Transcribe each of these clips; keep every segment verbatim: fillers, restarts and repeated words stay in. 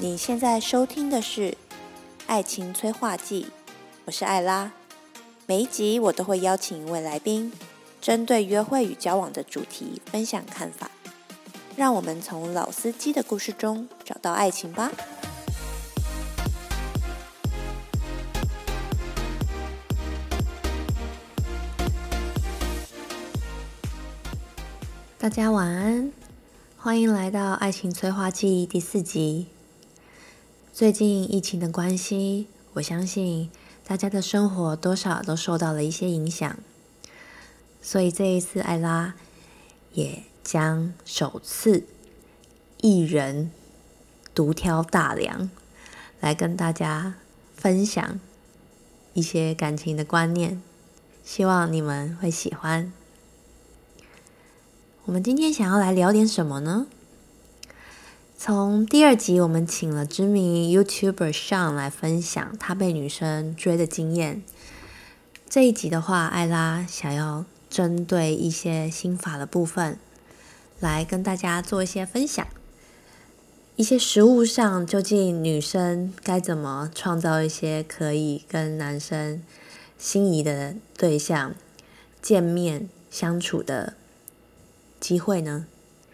你现在收听的是《爱情催化剂》，我是艾拉。每一集我都会邀请一位来宾，针对约会与交往的主题分享看法。让我们从老司机的故事中找到爱情吧。大家晚安，欢迎来到《爱情催化剂》第四集。最近疫情的关系，我相信大家的生活多少都受到了一些影响，所以这一次艾拉也将首次一人独挑大梁，来跟大家分享一些感情的观念，希望你们会喜欢。我们今天想要来聊点什么呢？从第二集我们请了知名 YouTuber Sean 来分享他被女生追的经验。这一集的话，艾拉想要针对一些心法的部分来跟大家做一些分享。一些实务上，究竟女生该怎么创造一些可以跟男生心仪的对象见面相处的机会呢？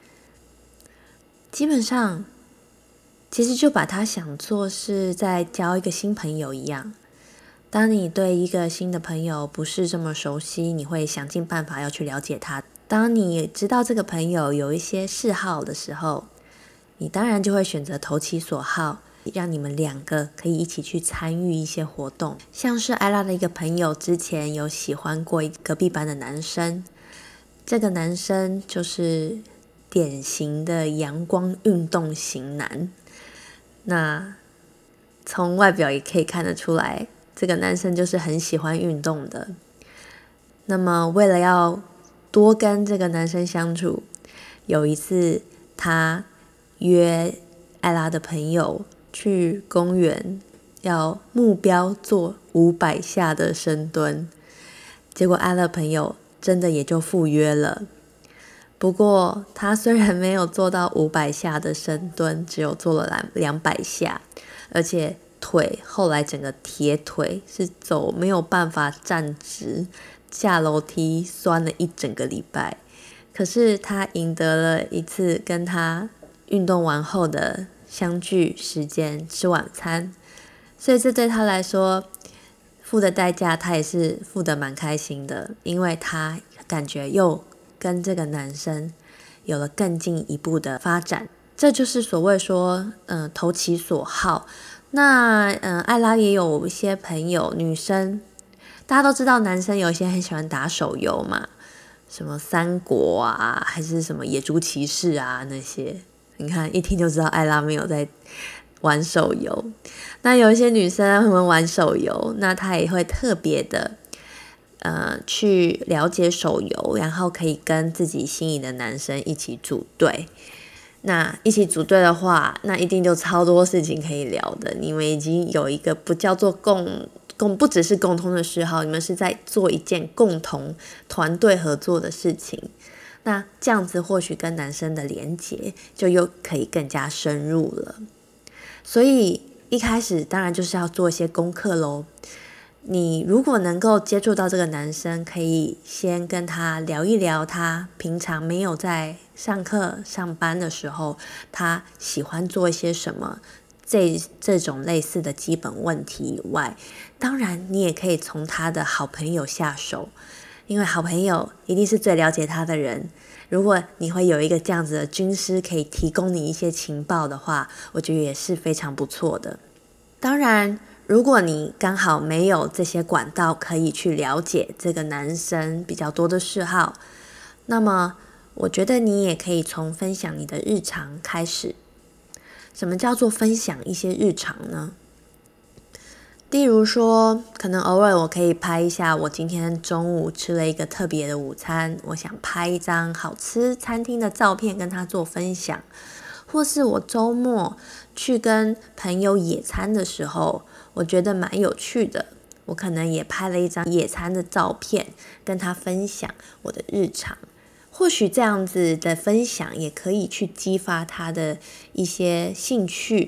基本上其实就把它想做是在交一个新朋友一样。当你对一个新的朋友不是这么熟悉，你会想尽办法要去了解他。当你知道这个朋友有一些嗜好的时候，你当然就会选择投其所好，让你们两个可以一起去参与一些活动。像是艾拉的一个朋友之前有喜欢过隔壁班的男生，这个男生就是典型的阳光运动型男。那从外表也可以看得出来，这个男生就是很喜欢运动的。那么为了要多跟这个男生相处，有一次他约艾拉的朋友去公园，要目标做五百下的深蹲，结果艾拉的朋友真的也就赴约了。不过他虽然没有做到五百下的深蹲，只有做了两百下，而且腿后来整个铁腿，是走没有办法站直，下楼梯酸了一整个礼拜。可是他赢得了一次跟他运动完后的相聚时间，吃晚餐，所以这对他来说付的代价他也是付得蛮开心的，因为他感觉又跟这个男生有了更进一步的发展。这就是所谓说嗯、呃，投其所好。那嗯、呃，艾拉也有一些朋友女生，大家都知道男生有一些很喜欢打手游嘛，什么三国啊，还是什么野猪骑士啊那些，你看一听就知道艾拉没有在玩手游。那有一些女生会玩手游，那她也会特别的呃，去了解手游，然后可以跟自己心仪的男生一起组队。那一起组队的话，那一定就超多事情可以聊的。你们已经有一个不叫做共共，不只是共同的嗜好，你们是在做一件共同团队合作的事情。那这样子或许跟男生的连结就又可以更加深入了。所以一开始当然就是要做一些功课咯。你如果能够接触到这个男生，可以先跟他聊一聊他平常没有在上课上班的时候他喜欢做一些什么，这这种类似的基本问题以外，当然你也可以从他的好朋友下手，因为好朋友一定是最了解他的人。如果你会有一个这样子的军师可以提供你一些情报的话，我觉得也是非常不错的。当然如果你刚好没有这些管道可以去了解这个男生比较多的嗜好，那么我觉得你也可以从分享你的日常开始。什么叫做分享一些日常呢？例如说，可能偶尔我可以拍一下我今天中午吃了一个特别的午餐，我想拍一张好吃餐厅的照片跟他做分享。或是我周末去跟朋友野餐的时候，我觉得蛮有趣的，我可能也拍了一张野餐的照片跟他分享我的日常。或许这样子的分享也可以去激发他的一些兴趣，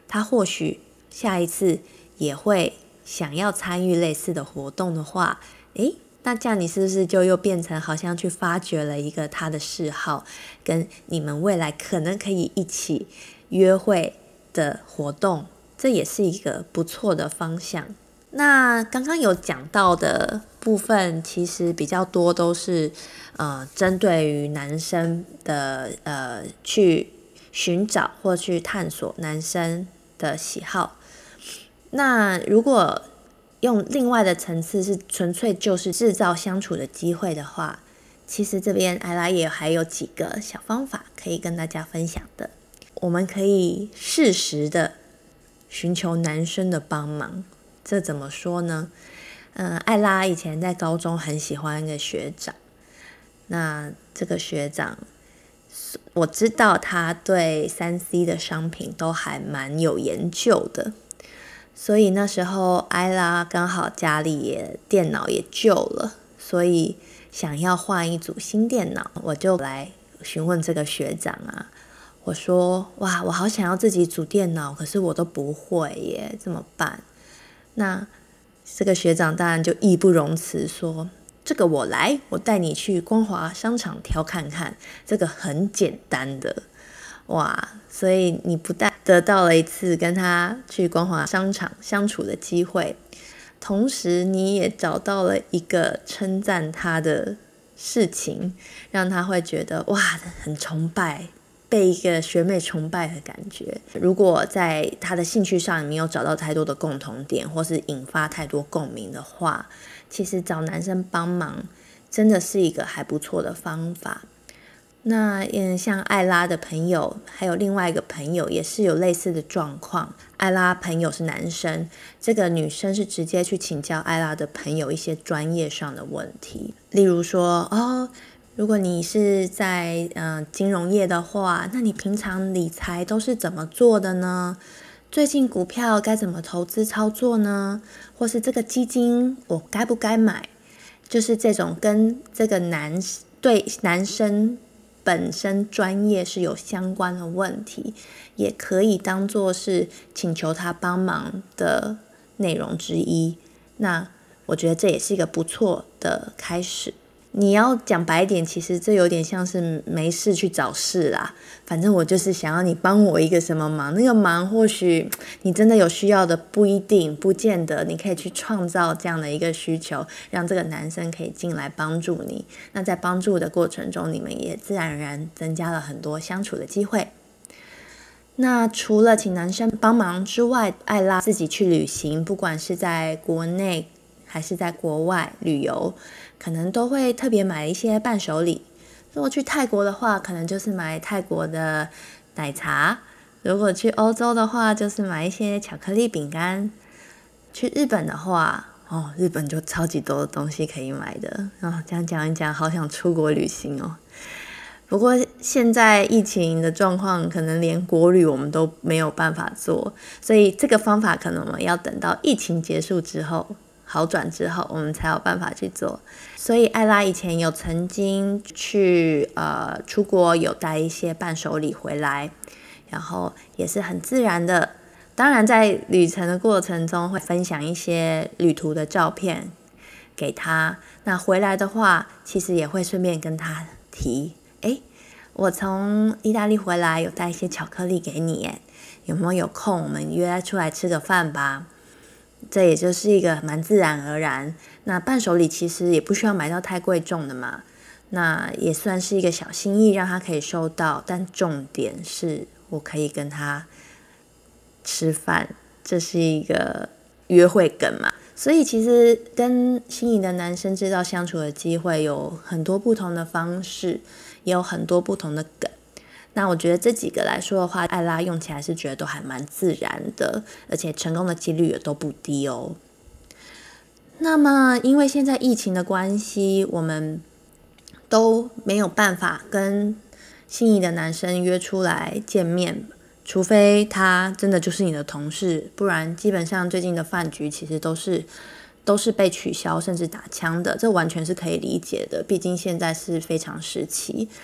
他或许下一次也会想要参与类似的活动的话，诶，那这样你是不是就又变成好像去发掘了一个他的嗜好，跟你们未来可能可以一起约会的活动，这也是一个不错的方向。那刚刚有讲到的部分，其实比较多都是呃针对于男生的呃去寻找或去探索男生的喜好。那如果用另外的层次是纯粹就是制造相处的机会的话，其实这边艾拉也还有几个小方法可以跟大家分享的。我们可以适时的寻求男生的帮忙。这怎么说呢？嗯，艾拉以前在高中很喜欢一个学长，那这个学长我知道他对 三 C 的商品都还蛮有研究的，所以那时候艾拉刚好家里也电脑也旧了，所以想要换一组新电脑，我就来询问这个学长啊，我说哇，我好想要自己组电脑，可是我都不会耶，怎么办？那这个学长当然就义不容辞说，这个我来，我带你去光华商场挑看看，这个很简单的。哇，所以你不但得到了一次跟他去光华商场相处的机会，同时你也找到了一个称赞他的事情，让他会觉得哇，很崇拜，被一个学妹崇拜的感觉。如果在他的兴趣上没有找到太多的共同点，或是引发太多共鸣的话，其实找男生帮忙真的是一个还不错的方法。那嗯，像艾拉的朋友还有另外一个朋友也是有类似的状况。艾拉朋友是男生，这个女生是直接去请教艾拉的朋友一些专业上的问题，例如说哦，如果你是在呃金融业的话，那你平常理财都是怎么做的呢？最近股票该怎么投资操作呢？或是这个基金我该不该买？就是这种跟这个男对男生本身专业是有相关的问题，也可以当作是请求他帮忙的内容之一。那我觉得这也是一个不错的开始。你要讲白一点，其实这有点像是没事去找事啦。反正我就是想要你帮我一个什么忙，那个忙或许你真的有需要的，不一定，不见得。你可以去创造这样的一个需求，让这个男生可以进来帮助你。那在帮助的过程中，你们也自然而然增加了很多相处的机会。那除了请男生帮忙之外，艾拉自己去旅行，不管是在国内还是在国外旅游，可能都会特别买一些伴手礼。如果去泰国的话，可能就是买泰国的奶茶；如果去欧洲的话，就是买一些巧克力饼干；去日本的话，哦，日本就超级多的东西可以买的。哦，这样讲一讲，好想出国旅行哦。不过现在疫情的状况，可能连国旅我们都没有办法做，所以这个方法可能我们要等到疫情结束之后，好转之后，我们才有办法去做。所以艾拉以前有曾经去呃出国，有带一些伴手礼回来，然后也是很自然的。当然在旅程的过程中会分享一些旅途的照片给他。那回来的话，其实也会顺便跟他提，诶，我从意大利回来有带一些巧克力给你耶，有没有有空我们约出来吃个饭吧？这也就是一个蛮自然而然。那伴手礼其实也不需要买到太贵重的嘛，那也算是一个小心意，让他可以收到。但重点是我可以跟他吃饭，这是一个约会梗嘛。所以其实跟心仪的男生知道相处的机会有很多不同的方式，也有很多不同的梗。那我觉得这几个来说的话，艾拉用起来是觉得都还蛮自然的，而且成功的几率也都不低哦。那么因为现在疫情的关系，我们都没有办法跟心仪的男生约出来见面，除非他真的就是你的同事，不然基本上最近的饭局其实都是都是被取消甚至打枪的，这完全是可以理解的，毕竟现在是非常时期。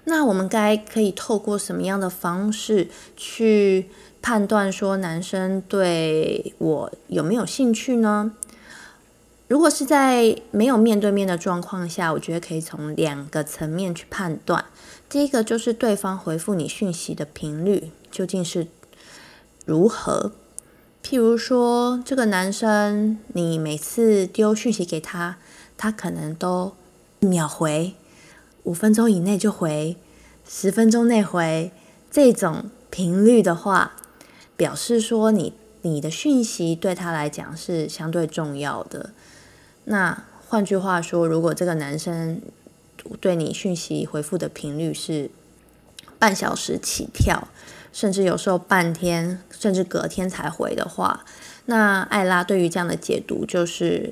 那我们该可以透过什么样的方式去判断说男生对我有没有兴趣呢？如果是在没有面对面的状况下，我觉得可以从两个层面去判断。第一个就是对方回复你讯息的频率究竟是如何。譬如说，这个男生你每次丢讯息给他，他可能都秒回，五分钟以内就回，十分钟内回，这种频率的话，表示说你你的讯息对他来讲是相对重要的。那换句话说，如果这个男生对你讯息回复的频率是半小时起跳，甚至有时候半天，甚至隔天才回的话，那艾拉对于这样的解读就是，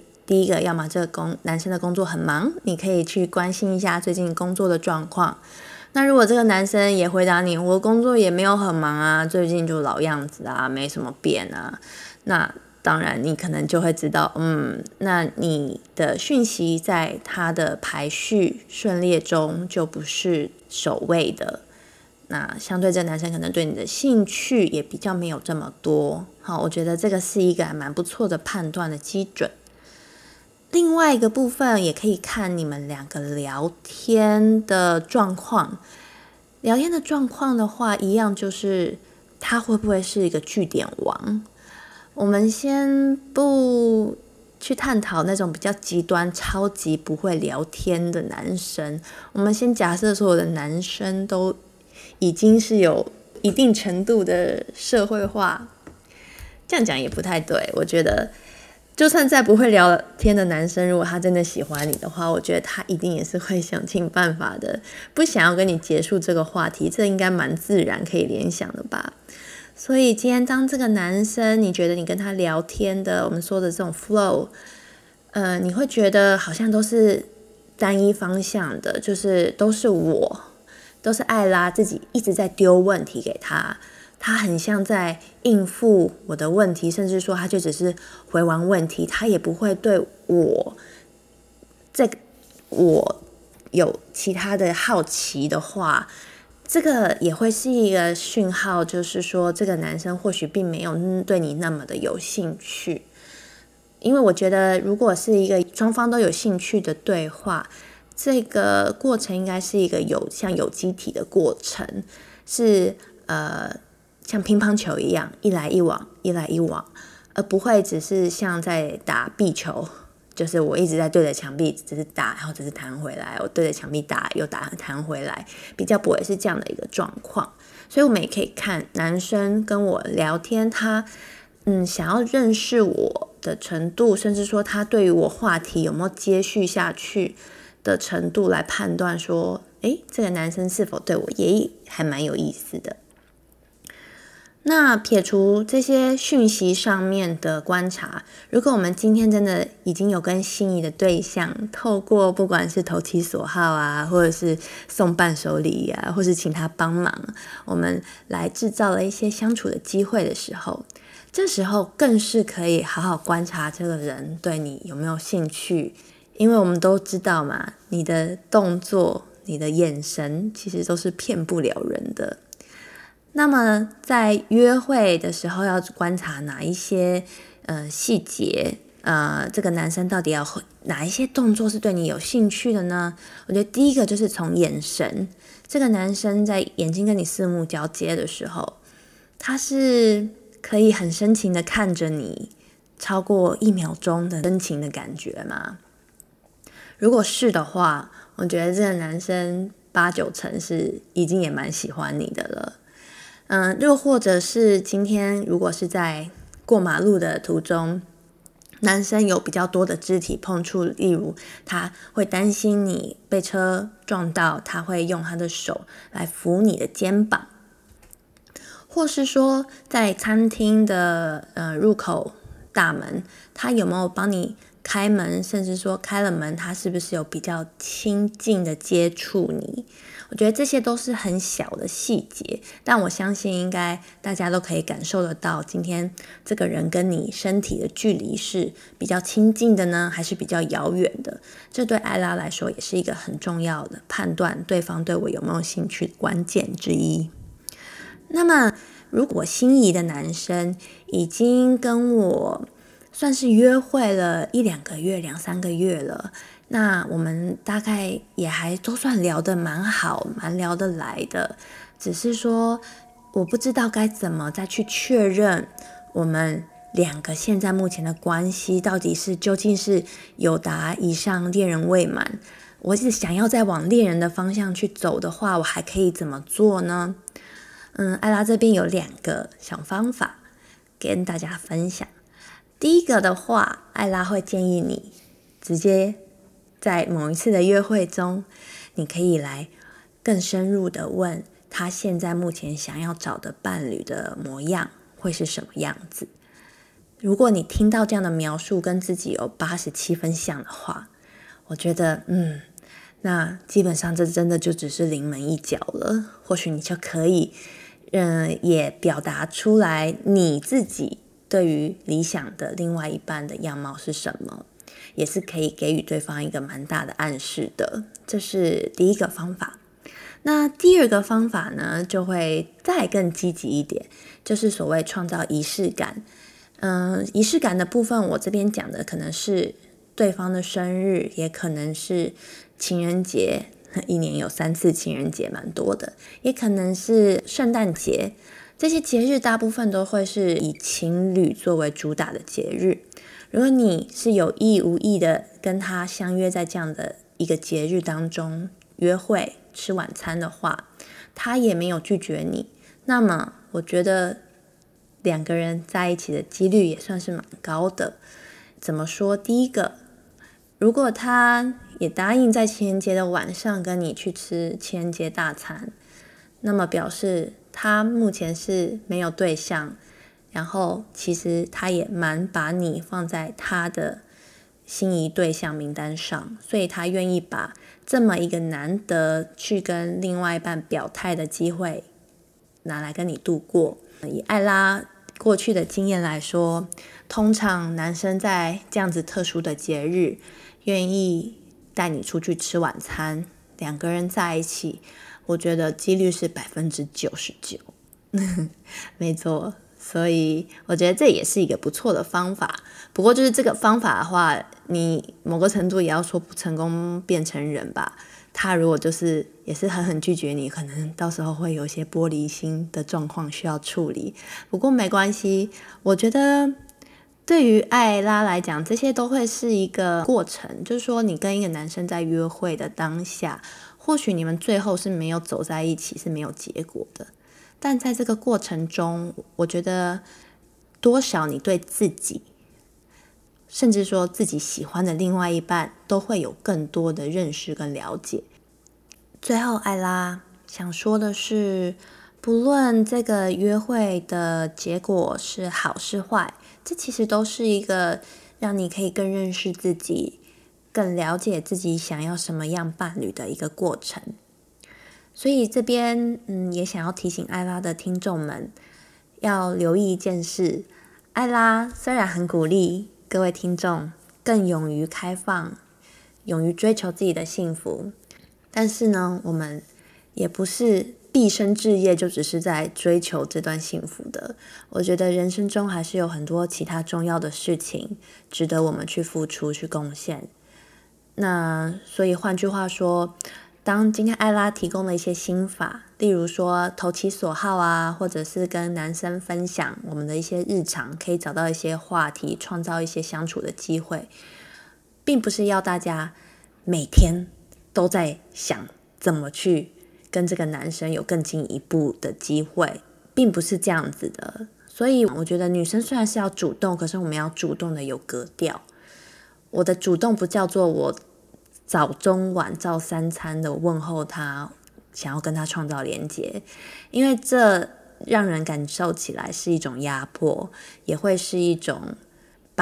第一个，要么这个工男生的工作很忙，你可以去关心一下最近工作的状况。那如果这个男生也回答你，我工作也没有很忙啊，最近就老样子啊，没什么变啊，那当然你可能就会知道，嗯，那你的讯息在他的排序顺列中就不是首位的。那相对这男生可能对你的兴趣也比较没有这么多。好，我觉得这个是一个还蛮不错的判断的基准。另外一个部分也可以看你们两个聊天的状况。聊天的状况的话，一样就是他会不会是一个句点王。我们先不去探讨那种比较极端、超级不会聊天的男生，我们先假设所有的男生都已经是有一定程度的社会化。这样讲也不太对，我觉得就算再不会聊天的男生，如果他真的喜欢你的话，我觉得他一定也是会想尽办法的，不想要跟你结束这个话题，这应该蛮自然可以联想的吧。所以今天当这个男生你觉得你跟他聊天的，我们说的这种 flow， 呃，你会觉得好像都是单一方向的，就是都是我，都是艾拉自己一直在丢问题给他，他很像在应付我的问题，甚至说他就只是回完问题，他也不会对我这个我有其他的好奇的话，这个也会是一个讯号，就是说这个男生或许并没有对你那么的有兴趣。因为我觉得如果是一个双方都有兴趣的对话，这个过程应该是一个有像有机体的过程，是呃像乒乓球一样一来一往一来一往，而不会只是像在打壁球，就是我一直在对着墙壁只是打，然后只是弹回来，我对着墙壁打又打弹回来，比较不会是这样的一个状况。所以我们也可以看男生跟我聊天，他嗯想要认识我的程度，甚至说他对于我话题有没有接续下去的程度来判断说，诶，这个男生是否对我也还蛮有意思的。那撇除这些讯息上面的观察，如果我们今天真的已经有跟心仪的对象透过不管是投其所好啊，或者是送伴手礼啊，或是请他帮忙，我们来制造了一些相处的机会的时候，这时候更是可以好好观察这个人对你有没有兴趣。因为我们都知道嘛，你的动作你的眼神其实都是骗不了人的。那么在约会的时候要观察哪一些呃细节，呃这个男生到底要哪一些动作是对你有兴趣的呢？我觉得第一个就是从眼神，这个男生在眼睛跟你四目交接的时候，他是可以很深情的看着你超过一秒钟的深情的感觉吗？如果是的话，我觉得这个男生八九成是已经也蛮喜欢你的了。嗯，又或者是今天如果是在过马路的途中，男生有比较多的肢体碰触，例如他会担心你被车撞到，他会用他的手来扶你的肩膀，或是说在餐厅的呃入口大门，他有没有帮你开门，甚至说开了门，他是不是有比较亲近的接触你？我觉得这些都是很小的细节，但我相信应该大家都可以感受得到，今天这个人跟你身体的距离是比较亲近的呢，还是比较遥远的？这对艾拉来说也是一个很重要的判断对方对我有没有兴趣的关键之一。那么如果心仪的男生已经跟我算是约会了一两个月、两三个月了，那我们大概也还都算聊得蛮好，蛮聊得来的，只是说我不知道该怎么再去确认我们两个现在目前的关系到底是究竟是有达以上恋人未满，我是想要再往恋人的方向去走的话，我还可以怎么做呢？嗯，艾拉这边有两个小方法跟大家分享。第一个的话，艾拉会建议你直接在某一次的约会中，你可以来更深入的问他现在目前想要找的伴侣的模样会是什么样子。如果你听到这样的描述跟自己有八十七分像的话，我觉得嗯，那基本上这真的就只是临门一脚了。或许你就可以嗯，也表达出来你自己对于理想的另外一半的样貌是什么，也是可以给予对方一个蛮大的暗示的。这是第一个方法。那第二个方法呢，就会再更积极一点，就是所谓创造仪式感。嗯，仪式感的部分我这边讲的可能是对方的生日，也可能是情人节，一年有三次情人节，蛮多的，也可能是圣诞节。这些节日大部分都会是以情侣作为主打的节日。如果你是有意无意的跟他相约在这样的一个节日当中约会吃晚餐的话，他也没有拒绝你，那么我觉得两个人在一起的几率也算是蛮高的。怎么说？第一个，如果他也答应在情人节的晚上跟你去吃情人节大餐，那么表示他目前是没有对象，然后其实他也蛮把你放在他的心仪对象名单上，所以他愿意把这么一个难得去跟另外一半表态的机会拿来跟你度过。以艾拉过去的经验来说，通常男生在这样子特殊的节日愿意带你出去吃晚餐，两个人在一起，我觉得几率是百分之九十九。没错，所以我觉得这也是一个不错的方法。不过就是这个方法的话，你某个程度也要说不成功变成人吧。他如果就是也是狠狠拒绝你，可能到时候会有一些玻璃心的状况需要处理。不过没关系，我觉得对于艾拉来讲，这些都会是一个过程，就是说你跟一个男生在约会的当下，或许你们最后是没有走在一起，是没有结果的，但在这个过程中，我觉得多少你对自己，甚至说自己喜欢的另外一半，都会有更多的认识跟了解。最后艾拉想说的是，不论这个约会的结果是好是坏，这其实都是一个让你可以更认识自己，更了解自己想要什么样伴侣的一个过程。所以这边嗯，也想要提醒艾拉的听众们要留意一件事，艾拉虽然很鼓励各位听众更勇于开放，勇于追求自己的幸福，但是呢，我们也不是毕生志业就只是在追求这段幸福的。我觉得人生中还是有很多其他重要的事情值得我们去付出去贡献。那所以换句话说，当今天艾拉提供了一些心法，例如说投其所好啊，或者是跟男生分享我们的一些日常，可以找到一些话题，创造一些相处的机会，并不是要大家每天都在想怎么去跟这个男生有更进一步的机会，并不是这样子的。所以我觉得女生虽然是要主动，可是我们要主动的有格调。我的主动不叫做我早中晚照三餐的问候他，想要跟他创造连结，因为这让人感受起来是一种压迫，也会是一种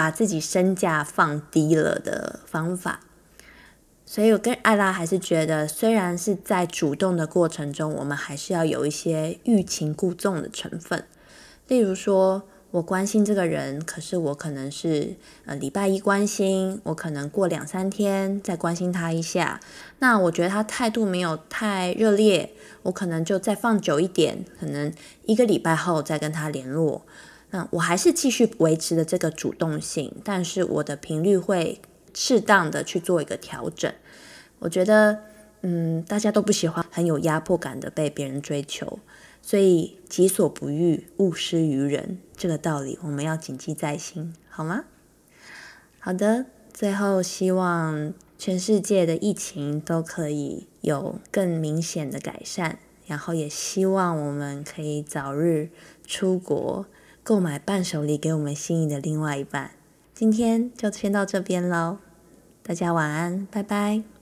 把自己身价放低了的方法。所以我跟艾拉还是觉得，虽然是在主动的过程中，我们还是要有一些欲擒故纵的成分。例如说，我关心这个人，可是我可能是呃礼拜一关心，我可能过两三天再关心他一下。那我觉得他态度没有太热烈，我可能就再放久一点，可能一个礼拜后再跟他联络。那我还是继续维持的这个主动性，但是我的频率会适当的去做一个调整。我觉得嗯，大家都不喜欢很有压迫感的被别人追求，所以己所不欲，勿施于人，这个道理我们要谨记在心，好吗？好的，最后希望全世界的疫情都可以有更明显的改善，然后也希望我们可以早日出国购买伴手礼给我们心仪的另外一半。今天就先到这边咯，大家晚安，拜拜。